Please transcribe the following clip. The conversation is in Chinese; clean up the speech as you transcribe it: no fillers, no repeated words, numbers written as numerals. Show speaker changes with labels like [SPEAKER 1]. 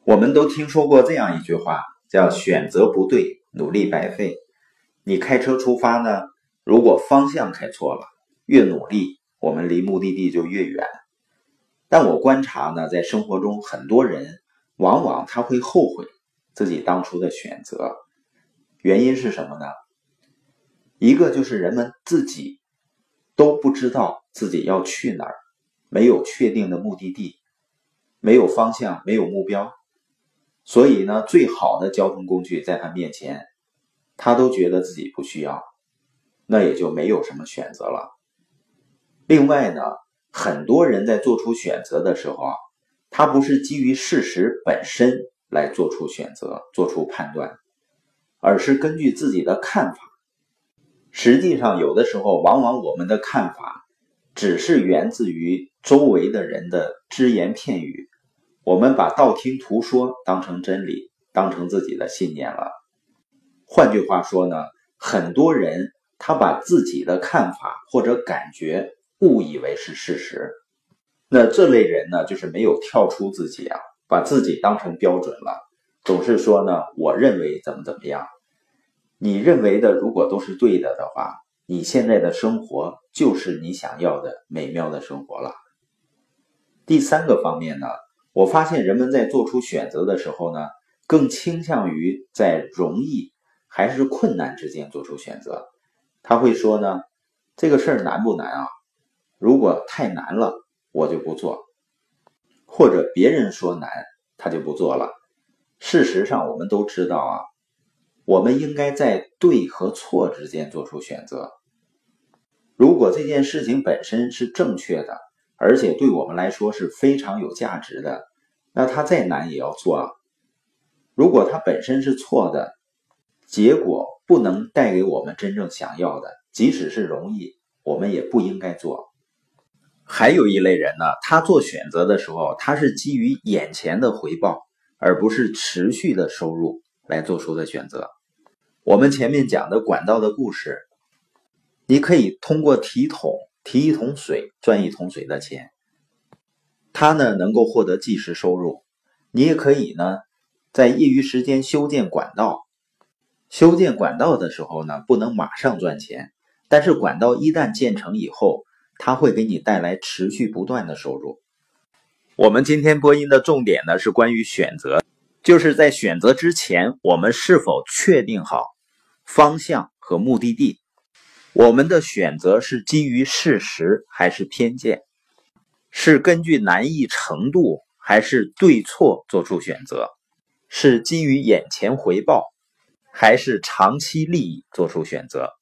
[SPEAKER 1] 我们都听说过这样一句话，叫选择不对，努力白费。你开车出发呢，如果方向开错了，越努力，我们离目的地就越远。但我观察呢，在生活中很多人往往他会后悔自己当初的选择。原因是什么呢？一个就是人们自己都不知道自己要去哪儿，没有确定的目的地，没有方向，没有目标。所以呢，最好的交通工具在他面前，他都觉得自己不需要，那也就没有什么选择了。另外呢，很多人在做出选择的时候他不是基于事实本身来做出选择，做出判断，而是根据自己的看法。实际上有的时候往往我们的看法只是源自于周围的人的只言片语，我们把道听途说当成真理，当成自己的信念了。换句话说呢，很多人他把自己的看法或者感觉误以为是事实。那这类人呢，就是没有跳出自己把自己当成标准了，总是说呢，我认为怎么样。你认为的如果都是对的话，你现在的生活就是你想要的美妙的生活了。第三个方面呢，我发现人们在做出选择的时候呢，更倾向于在容易还是困难之间做出选择。他会说呢，这个事儿难不难如果太难了，我就不做。或者别人说难，他就不做了。事实上我们都知道我们应该在对和错之间做出选择。如果这件事情本身是正确的，而且对我们来说是非常有价值的，那它再难也要做如果它本身是错的，结果不能带给我们真正想要的，即使是容易，我们也不应该做。还有一类人呢，他做选择的时候，他是基于眼前的回报，而不是持续的收入来做出的选择。我们前面讲的管道的故事，你可以通过提一桶水赚一桶水的钱，他呢能够获得即时收入。你也可以呢在业余时间修建管道的时候呢，不能马上赚钱，但是管道一旦建成以后，它会给你带来持续不断的收入。我们今天播音的重点呢是关于选择，就是在选择之前，我们是否确定好方向和目的地？我们的选择是基于事实还是偏见？是根据难易程度还是对错做出选择？是基于眼前回报还是长期利益做出选择？